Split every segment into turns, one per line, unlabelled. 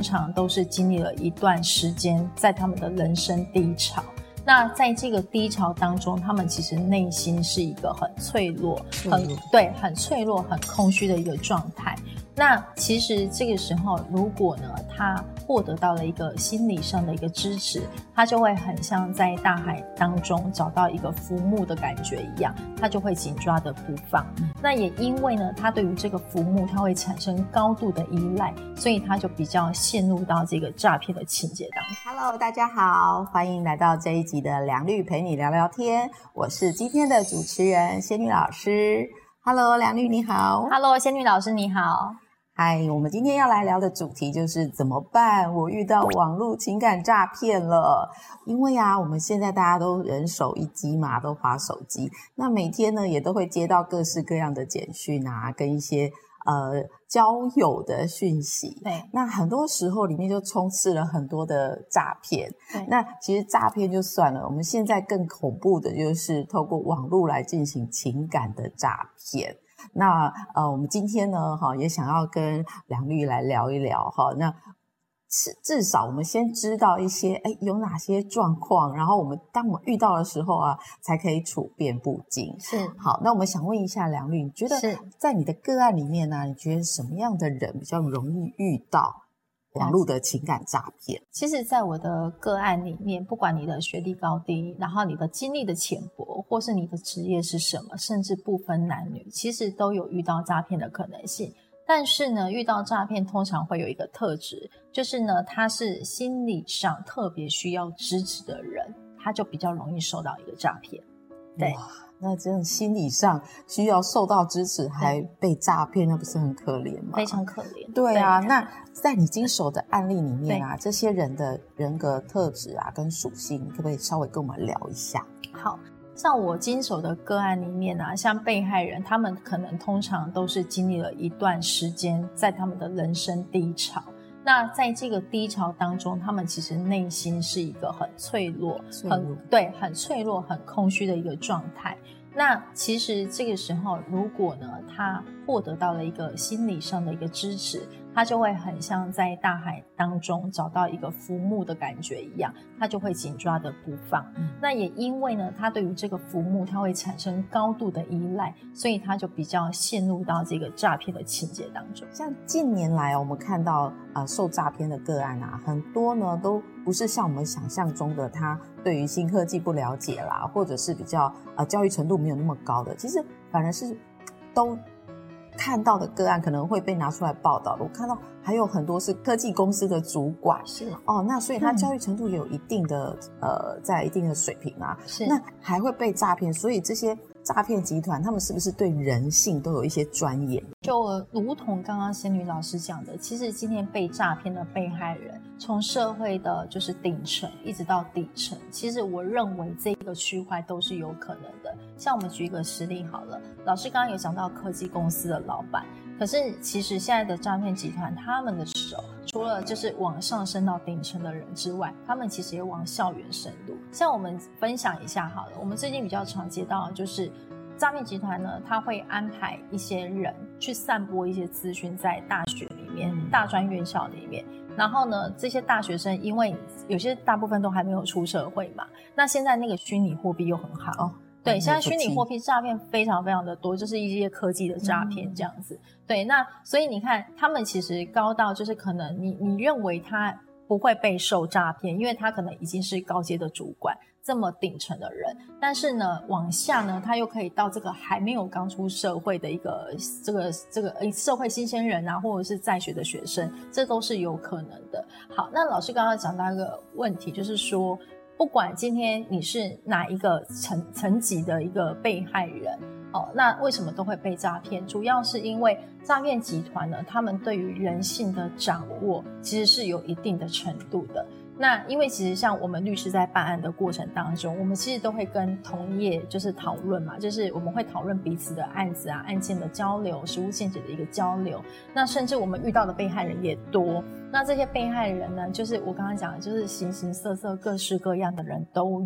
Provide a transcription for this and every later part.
常都是经历了一段时间，在他们的人生低潮。那在这个低潮当中，他们其实内心是一个很脆弱、很脆弱、很空虚的一个状态。那其实这个时候，如果呢，他获得到了一个心理上的一个支持，他就会很像在大海当中找到一个浮木的感觉一样，他就会紧抓的不放。那也因为呢，他对于这个浮木，他会产生高度的依赖，所以他就比较陷入到这个诈骗的情节当中。
Hello， 大家好，欢迎来到这一集的梁律陪你聊聊天，我是今天的主持人仙女老师。Hello， 梁律你好。
Hello， 仙女老师你好。
嗨，我们今天要来聊的主题就是怎么办？我遇到网络情感诈骗了。因为我们现在大家都人手一机嘛，都滑手机，那每天呢也都会接到各式各样的简讯啊，跟一些交友的讯息。
对，
那很多时候里面就充斥了很多的诈骗。
对，
那其实诈骗就算了，我们现在更恐怖的就是透过网络来进行情感的诈骗。那我们今天呢也想要跟梁律来聊一聊那至少我们先知道一些有哪些状况，然后当我们遇到的时候才可以处变不惊。
是。
好，那我们想问一下梁律，你觉得在你的个案里面呢，你觉得什么样的人比较容易遇到网络的情感诈骗？
其实在我的个案里面，不管你的学历高低，然后你的经历的浅薄，或是你的职业是什么，甚至不分男女，其实都有遇到诈骗的可能性。但是呢，遇到诈骗通常会有一个特质，就是呢，他是心理上特别需要支持的人，他就比较容易受到一个诈骗。对，
哇，那真的心理上需要受到支持还被诈骗，那不是很可怜吗？
非常可怜。
对啊，那在你经手的案例里面这些人的人格特质跟属性，你可不可以稍微跟我们聊一下？
好，像我经手的个案里面像被害人，他们可能通常都是经历了一段时间，在他们的人生低潮。那在这个低潮当中，他们其实内心是一个很脆弱、很脆弱、很空虚的一个状态。那其实这个时候，如果呢，他获得到了一个心理上的一个支持，他就会很像在大海当中找到一个浮木的感觉一样，他就会紧抓的不放。那也因为呢，他对于这个浮木，他会产生高度的依赖，所以他就比较陷入到这个诈骗的情节当中。
像近年来我们看到受诈骗的个案很多呢都不是像我们想象中的他对于新科技不了解啦，或者是比较教育程度没有那么高的，其实反而是都看到的个案可能会被拿出来报道的。我看到还有很多是科技公司的主管，
是
那所以他教育程度有一定的在一定的水平
是
那还会被诈骗，所以这些诈骗集团他们是不是对人性都有一些专业？
就如同刚刚仙女老师讲的，其实今天被诈骗的被害人，从社会的就是顶层一直到底层，其实我认为这个区块都是有可能的。像我们举一个实例好了，老师刚刚有讲到科技公司的老板，可是其实现在的诈骗集团，他们的手除了就是往上升到顶层的人之外，他们其实也往校园深入。像我们分享一下好了，我们最近比较常接到的就是诈骗集团呢，他会安排一些人去散播一些资讯在大学里面、大专院校里面，然后呢，这些大学生因为有些大部分都还没有出社会嘛，那现在那个虚拟货币又很好。对，现在虚拟货币诈骗非常非常的多，就是一些科技的诈骗这样子。对，那所以你看，他们其实高到就是可能你认为他不会被受诈骗，因为他可能已经是高阶的主管，这么顶层的人，但是呢，往下呢，他又可以到这个还没有刚出社会的一个这个社会新鲜人或者是在学的学生，这都是有可能的。好，那老师刚刚讲到一个问题，就是说，不管今天你是哪一个层级的一个被害人，那为什么都会被诈骗？主要是因为诈骗集团呢，他们对于人性的掌握其实是有一定的程度的。那因为其实像我们律师在办案的过程当中，我们其实都会跟同业就是讨论嘛，就是我们会讨论彼此的案子案件的交流，实务见解的一个交流。那甚至我们遇到的被害人也多，那这些被害人呢，就是我刚刚讲的，就是形形色色、各式各样的人都有。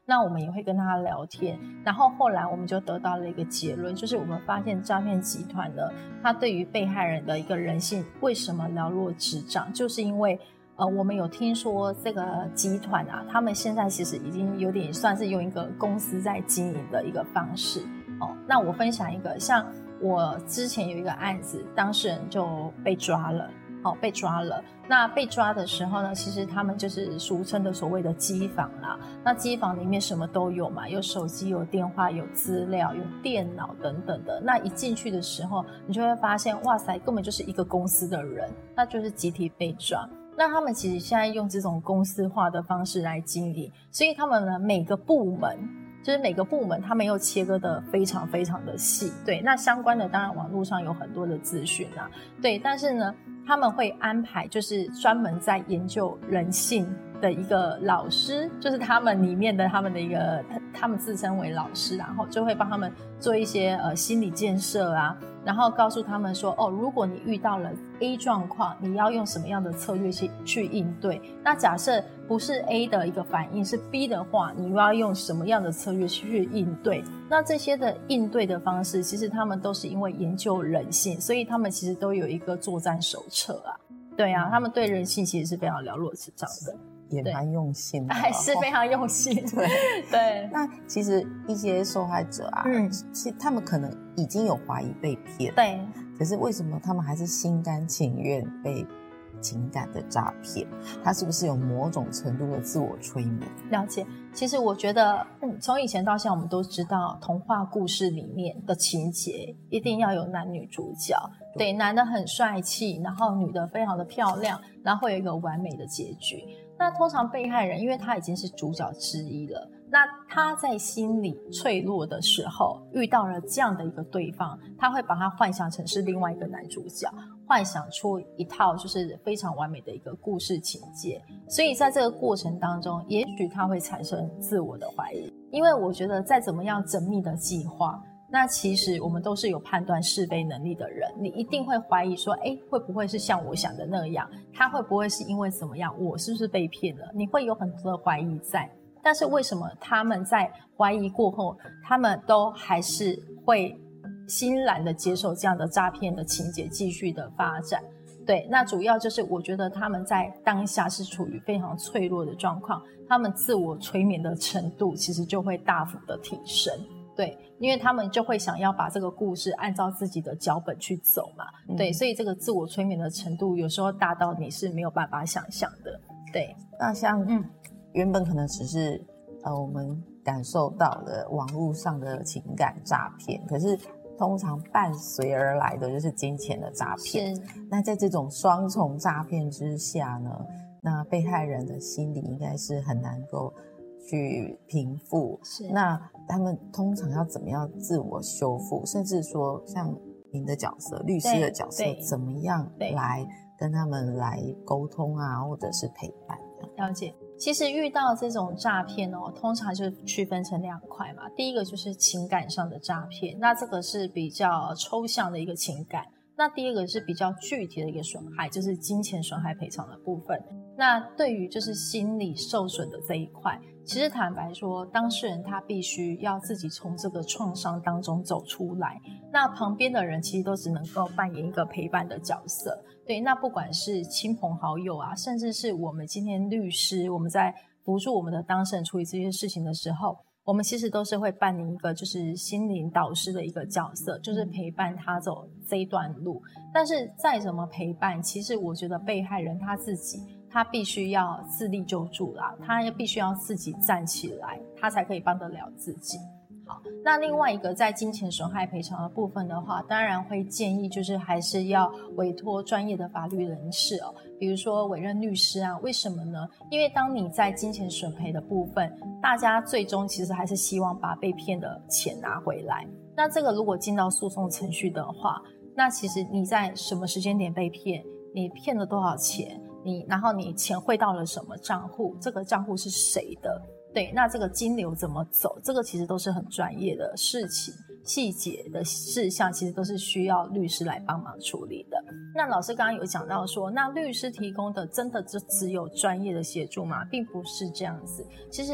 那我们也会跟他聊天，然后后来我们就得到了一个结论，就是我们发现诈骗集团呢，他对于被害人的一个人性为什么了若指掌，就是因为我们有听说这个集团啊，他们现在其实已经有点算是用一个公司在经营的一个方式那我分享一个，像我之前有一个案子，当事人就被抓了那被抓的时候呢，其实他们就是俗称的所谓的机房啦。那机房里面什么都有嘛，有手机、有电话、有资料、有电脑等等的。那一进去的时候，你就会发现，哇塞，根本就是一个公司的人，那就是集体被抓。那他们其实现在用这种公司化的方式来经营，所以他们呢每个部门他们又切割的非常非常的细，对，那相关的当然网络上有很多的资讯啊，对，但是呢他们会安排就是专门在研究人性的一个老师，就是他们里面的他们的一个他们自称为老师，然后就会帮他们做一些心理建设啊，然后告诉他们说如果你遇到了 A 状况，你要用什么样的策略去应对，那假设不是 A 的一个反应是 B 的话，你又要用什么样的策略去应对，那这些的应对的方式其实他们都是因为研究人性，所以他们其实都有一个作战手册啊，对啊，他们对人性其实是非常了若指掌的，
也蛮用心的，
还是非常用心对
那其实一些受害者啊其实他们可能已经有怀疑被骗，
对，
可是为什么他们还是心甘情愿被情感的诈骗？他是不是有某种程度的自我催眠？
了解，其实我觉得从以前到现在我们都知道童话故事里面的情节一定要有男女主角，对，男的很帅气，然后女的非常的漂亮，然后会有一个完美的结局。那通常被害人因为他已经是主角之一了，那他在心理脆弱的时候遇到了这样的一个对方，他会把他幻想成是另外一个男主角，幻想出一套就是非常完美的一个故事情节，所以在这个过程当中也许他会产生自我的怀疑，因为我觉得再怎么样缜密的计划，那其实我们都是有判断是非能力的人，你一定会怀疑说会不会是像我想的那样，他会不会是因为怎么样，我是不是被骗了，你会有很多的怀疑在，但是为什么他们在怀疑过后他们都还是会欣然的接受这样的诈骗的情节继续的发展？对，那主要就是我觉得他们在当下是处于非常脆弱的状况，他们自我催眠的程度其实就会大幅的提升，对，因为他们就会想要把这个故事按照自己的脚本去走嘛，对，所以这个自我催眠的程度有时候大到你是没有办法想象的，对。
那像原本可能只是我们感受到的网络上的情感诈骗，可是通常伴随而来的就是金钱的诈骗。那在这种双重诈骗之下呢，那被害人的心理应该是很难够去平复，那他们通常要怎么样自我修复，甚至说像您的角色律师的角色怎么样来跟他们来沟通啊，或者是陪伴？
了解，其实遇到这种诈骗通常就区分成两块嘛，第一个就是情感上的诈骗，那这个是比较抽象的一个情感，那第二个是比较具体的一个损害，就是金钱损害赔偿的部分。那对于就是心理受损的这一块，其实坦白说当事人他必须要自己从这个创伤当中走出来，那旁边的人其实都只能够扮演一个陪伴的角色，对，那不管是亲朋好友啊，甚至是我们今天律师，我们在辅助我们的当事人处理这些事情的时候，我们其实都是会扮演一个就是心灵导师的一个角色，就是陪伴他走这一段路。但是再怎么陪伴，其实我觉得被害人他自己他必须要自力救助啦，他必须要自己站起来，他才可以帮得了自己。好，那另外一个在金钱损害赔偿的部分的话，当然会建议就是还是要委托专业的法律人士比如说委任律师啊。为什么呢？因为当你在金钱损赔的部分，大家最终其实还是希望把被骗的钱拿回来。那这个如果进到诉讼程序的话，那其实你在什么时间点被骗，你骗了多少钱，然后你钱汇到了什么账户，这个账户是谁的，对，那这个金流怎么走，这个其实都是很专业的事情，细节的事项其实都是需要律师来帮忙处理的。那老师刚刚有讲到说，那律师提供的真的就只有专业的协助吗？并不是这样子。其实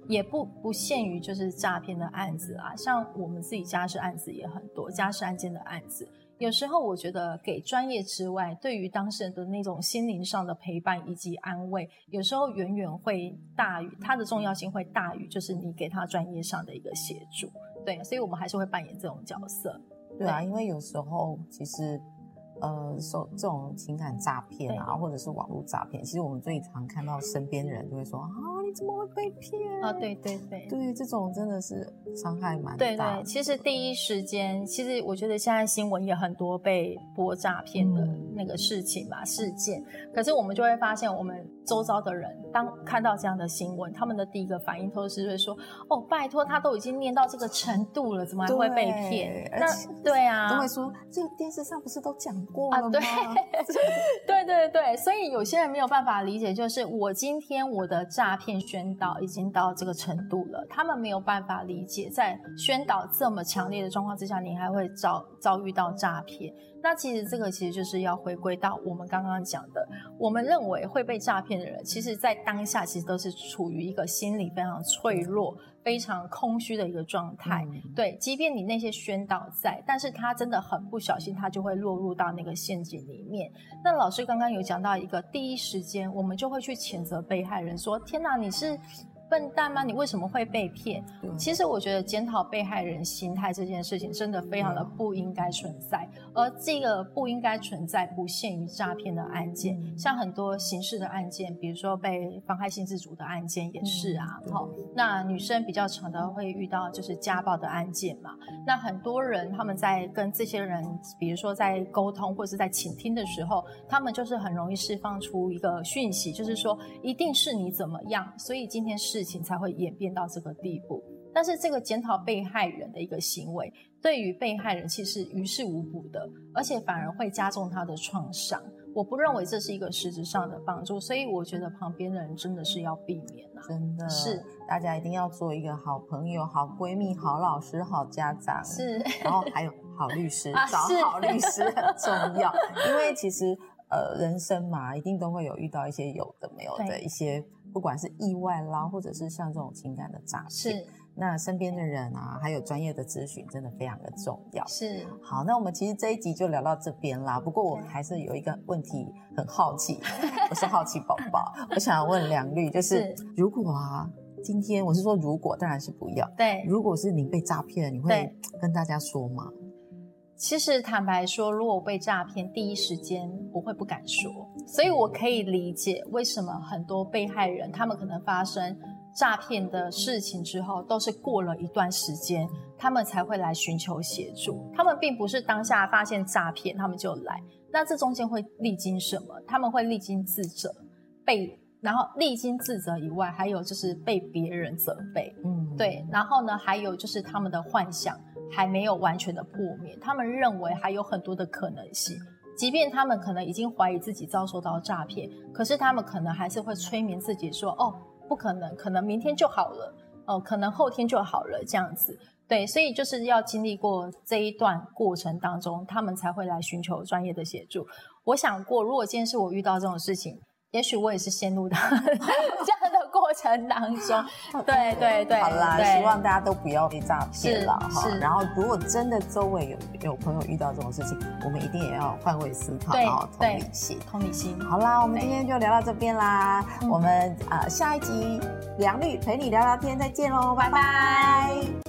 也不限于就是诈骗的案子啦，像我们自己家事案子也很多，家事案件的案子，有时候我觉得给专业之外，对于当事人的那种心灵上的陪伴以及安慰，有时候远远会大于它的重要性，会大于就是你给他专业上的一个协助。对，所以我们还是会扮演这种角色。
对啊，因为有时候其实这种情感诈骗啊，或者是网络诈骗，其实我们最常看到身边的人就会说啊，你怎么会被骗
啊？对对对，
对，这种真的是伤害蛮大的。
对对，其实第一时间，其实我觉得现在新闻也很多被播诈骗的那个事情吧，事件。可是我们就会发现，我们周遭的人当看到这样的新闻，他们的第一个反应都是会说：“哦，拜托，他都已经念到这个程度了，怎么还会被骗？”那对啊，
都会说这个电视上不是都讲过了吗？
对对对对，所以有些人没有办法理解，就是我今天我的诈骗宣导已经到这个程度了，他们没有办法理解，在宣导这么强烈的状况之下，你还会遭遇到诈骗。那其实这个其实就是要回归到我们刚刚讲的，我们认为会被诈骗的人，其实在当下其实都是处于一个心理非常脆弱、非常空虚的一个状态。对，即便你那些宣导在，但是他真的很不小心，他就会落入到那个陷阱里面。那老师刚刚有讲到一个第一时间，我们就会去谴责被害人说：“天哪，你是笨蛋吗？你为什么会被骗？”其实我觉得检讨被害人心态这件事情真的非常的不应该存在，而这个不应该存在不限于诈骗的案件，像很多刑事的案件，比如说被妨害性自主的案件也是啊。那女生比较常的会遇到就是家暴的案件嘛，那很多人他们在跟这些人比如说在沟通或是在倾听的时候，他们就是很容易释放出一个讯息，就是说一定是你怎么样，所以今天事情才会演变到这个地步。但是这个检讨被害人的一个行为，对于被害人其实于事无补的，而且反而会加重他的创伤。我不认为这是一个实质上的帮助，所以我觉得旁边的人真的是要避免啊。
真的
是，
大家一定要做一个好朋友、好闺蜜、好老师、好家长，
是，
然后还有好律师，找好律师很重要，因为其实人生嘛，一定都会有遇到一些有的没有的一些，不管是意外啦，或者是像这种情感的诈骗，
是。
那身边的人啊，还有专业的咨询真的非常的重要。
是。
好，那我们其实这一集就聊到这边啦，不过我还是有一个问题很好奇，我是好奇宝宝，我想要问梁律，就是如果啊，今天我是说如果，当然是不要，
对，
如果是你被诈骗了，你会跟大家说吗？
其实坦白说，如果我被诈骗，第一时间我会不敢说，所以我可以理解为什么很多被害人他们可能发生诈骗的事情之后，都是过了一段时间他们才会来寻求协助，他们并不是当下发现诈骗他们就来，那这中间会历经什么？他们会历经自责，然后历经自责以外，还有就是被别人责备，对，然后呢，还有就是他们的幻想还没有完全的破灭，他们认为还有很多的可能性，即便他们可能已经怀疑自己遭受到诈骗，可是他们可能还是会催眠自己说，哦，不可能，可能明天就好了，可能后天就好了，这样子。对，所以就是要经历过这一段过程当中，他们才会来寻求专业的协助。我想过，如果今天是我遇到这种事情，也许我也是陷入到这样的过程当中。对对对，
好啦，希望大家都不要被诈骗了哈。然后，如果真的周围有朋友遇到这种事情，我们一定也要换位思考，然后同理心。
同理心。
好啦，我们今天就聊到这边啦。我们下一集梁律陪你聊聊天，再见喽，拜拜。